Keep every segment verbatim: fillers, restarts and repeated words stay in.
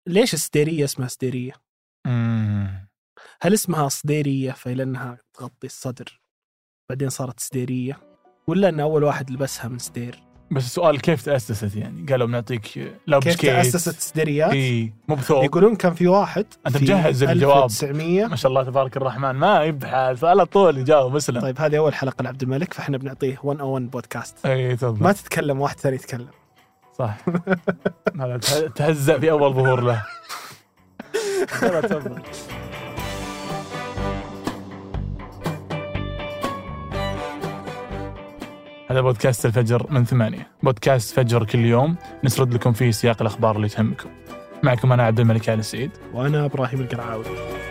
ليش السديرية اسمها سديرية؟ مم. هل اسمها صديرية فهي لأنها تغطي الصدر بعدين صارت سديرية، ولا أن أول واحد لبسها من سدير؟ بس السؤال كيف تأسست يعني؟ قالوا بنعطيك لابس كيف كيت. تأسست سديريات؟ إيه مو بثوب. يقولون كان في واحد أنت في مجهز الجواب. ألف وتسعمية ما شاء الله تبارك الرحمن، ما يبحث على طول يجاوب مسلم. طيب هذه أول حلقة لعبد الملك، فإحنا بنعطيه مية وواحد بودكاست. أي تفضل. ما تتكلم واحد ثاني يتكلم. صح. هذا تهزأ في أول ظهور له. تفضل. هذا بودكاست الفجر من ثمانية، بودكاست فجر كل يوم نسرد لكم فيه سياق الأخبار اللي تهمكم. معكم أنا عبد الملك آل السعيد، وأنا إبراهيم القرعاوي.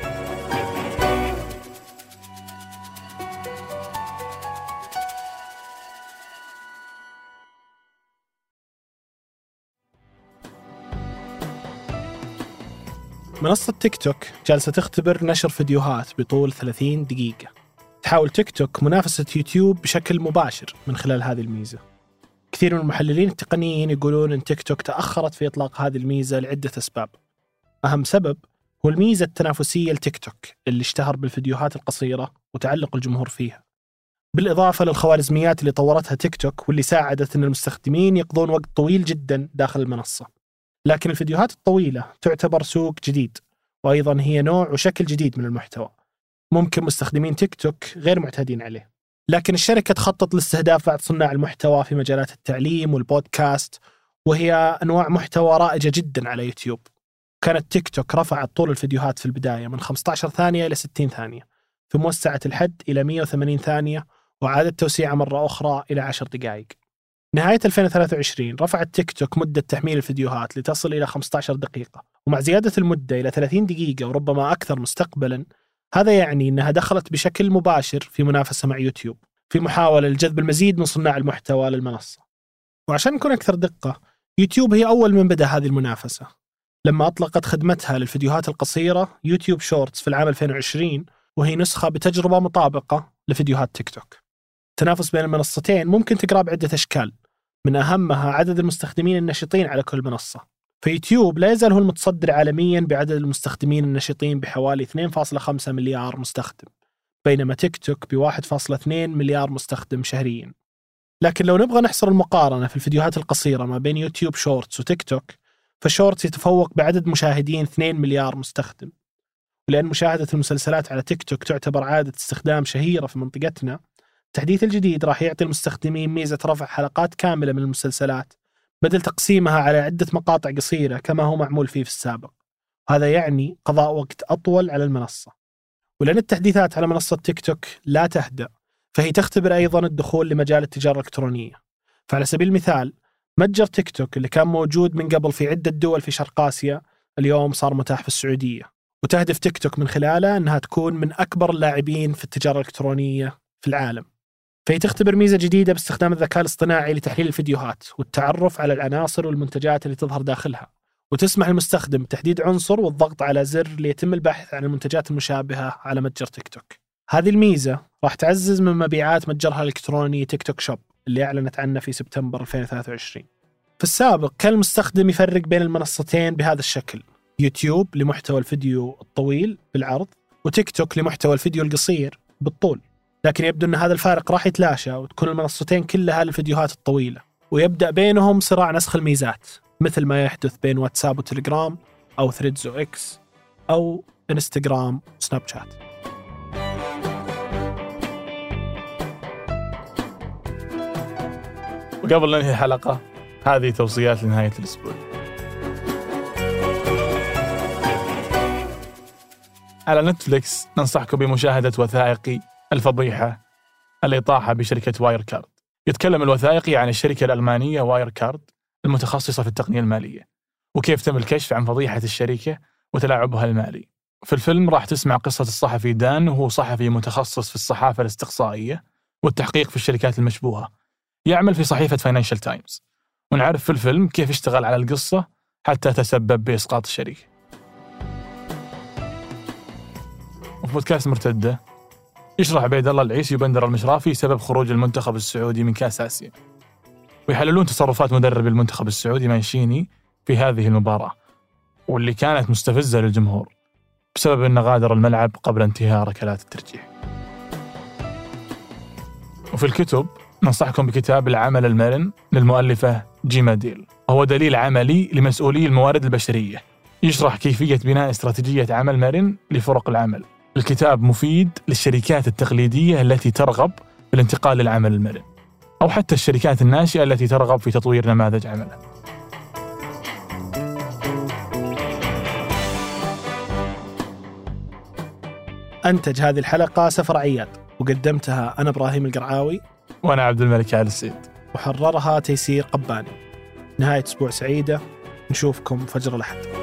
منصة تيك توك جالسة تختبر نشر فيديوهات بطول ثلاثين دقيقة. تحاول تيك توك منافسة يوتيوب بشكل مباشر من خلال هذه الميزة. كثير من المحللين التقنيين يقولون أن تيك توك تأخرت في إطلاق هذه الميزة لعدة أسباب. أهم سبب هو الميزة التنافسية لتيك توك اللي اشتهر بالفيديوهات القصيرة وتعلق الجمهور فيها، بالإضافة للخوارزميات اللي طورتها تيك توك واللي ساعدت أن المستخدمين يقضون وقت طويل جدا داخل المنصة. لكن الفيديوهات الطويلة تعتبر سوق جديد، وأيضا هي نوع وشكل جديد من المحتوى ممكن مستخدمين تيك توك غير معتادين عليه. لكن الشركة تخطط لاستهداف بعض صناع المحتوى في مجالات التعليم والبودكاست، وهي أنواع محتوى رائجة جدا على يوتيوب. كانت تيك توك رفعت طول الفيديوهات في البداية من خمسة عشر ثانية إلى ستين ثانية، ثم وسعت الحد إلى مئة وثمانين ثانية، وعادت توسيعها مرة أخرى إلى عشر دقائق. نهاية ألفين وثلاثة وعشرين رفعت تيك توك مدة تحميل الفيديوهات لتصل إلى خمسة عشر دقيقة، ومع زيادة المدة إلى ثلاثين دقيقة وربما أكثر مستقبلا، هذا يعني أنها دخلت بشكل مباشر في منافسة مع يوتيوب في محاولة لجذب المزيد من صناع المحتوى للمنصة. وعشان نكون أكثر دقة، يوتيوب هي أول من بدأ هذه المنافسة لما أطلقت خدمتها للفيديوهات القصيرة يوتيوب شورتس في العام ألفين وعشرين، وهي نسخة بتجربة مطابقة لفيديوهات تيك توك. التنافس بين المنصتين ممكن تقرأ بعدة أشكال، من أهمها عدد المستخدمين النشطين على كل منصة. فيوتيوب لا يزال هو المتصدر عالميا بعدد المستخدمين النشطين بحوالي اثنين فاصلة خمسة مليار مستخدم، بينما تيك توك ب واحد فاصلة اثنين مليار مستخدم شهريا. لكن لو نبغى نحصر المقارنة في الفيديوهات القصيرة ما بين يوتيوب شورتس وتيك توك، فشورتس يتفوق بعدد مشاهدين اثنين مليار مستخدم. ولأن مشاهدة المسلسلات على تيك توك تعتبر عادة استخدام شهيرة في منطقتنا، التحديث الجديد راح يعطي المستخدمين ميزة رفع حلقات كاملة من المسلسلات بدل تقسيمها على عدة مقاطع قصيرة كما هو معمول فيه في السابق. هذا يعني قضاء وقت أطول على المنصة. ولأن التحديثات على منصة تيك توك لا تهدأ، فهي تختبر أيضا الدخول لمجال التجارة الإلكترونية. فعلى سبيل المثال، متجر تيك توك اللي كان موجود من قبل في عدة دول في شرق آسيا اليوم صار متاح في السعودية، وتهدف تيك توك من خلاله أنها تكون من أكبر اللاعبين في التجارة الإلكترونية في العالم. فهي تختبر ميزة جديدة باستخدام الذكاء الاصطناعي لتحليل الفيديوهات والتعرف على العناصر والمنتجات اللي تظهر داخلها، وتسمح للمستخدم تحديد عنصر والضغط على زر ليتم البحث عن المنتجات المشابهة على متجر تيك توك. هذه الميزة راح تعزز من مبيعات متجرها الإلكتروني تيك توك شوب اللي أعلنت عنه في سبتمبر ألفين وثلاثة وعشرين. في السابق كان المستخدم يفرق بين المنصتين بهذا الشكل: يوتيوب لمحتوى الفيديو الطويل بالعرض، وتيك توك لمحتوى الفيديو القصير بالطول. لكن يبدو أن هذا الفارق راح يتلاشى وتكون المنصتين كلها للفيديوهات الطويلة، ويبدأ بينهم صراع نسخ الميزات مثل ما يحدث بين واتساب وتليجرام أو ثريدز وإكس أو إنستغرام وسناب شات. وقبل ننهي الحلقة، هذه توصيات لنهاية الأسبوع. على نتفليكس ننصحكم بمشاهدة وثائقي الفضيحة الإطاحة بشركة واير كارد. يتكلم الوثائقي عن الشركة الألمانية واير كارد المتخصصة في التقنية المالية، وكيف تم الكشف عن فضيحة الشركة وتلاعبها المالي. في الفيلم راح تسمع قصة الصحفي دان، وهو صحفي متخصص في الصحافة الاستقصائية والتحقيق في الشركات المشبوهة، يعمل في صحيفة فاينانشال تايمز. ونعرف في الفيلم كيف اشتغل على القصة حتى تسبب بإسقاط الشركة. وفي بودكاست مرتدة يشرح عبيد الله العيسي وبندر المشرافي سبب خروج المنتخب السعودي من كأس آسيا، ويحللون تصرفات مدرب المنتخب السعودي مانشيني في هذه المباراة. واللي كانت مستفزة للجمهور بسبب أنه غادر الملعب قبل انتهاء ركلات الترجيح. وفي الكتب ننصحكم بكتاب العمل المرن للمؤلفة جيما ديل، وهو دليل عملي لمسؤولي الموارد البشرية يشرح كيفية بناء استراتيجية عمل مرن لفرق العمل. الكتاب مفيد للشركات التقليدية التي ترغب بالانتقال للعمل المرن، أو حتى الشركات الناشئة التي ترغب في تطوير نماذج عملها. أنتج هذه الحلقة سفر عياد، وقدمتها أنا إبراهيم القرعاوي، وأنا عبد الملك آل السيد، وحررها تيسير قباني. نهاية أسبوع سعيدة، نشوفكم فجر الأحد.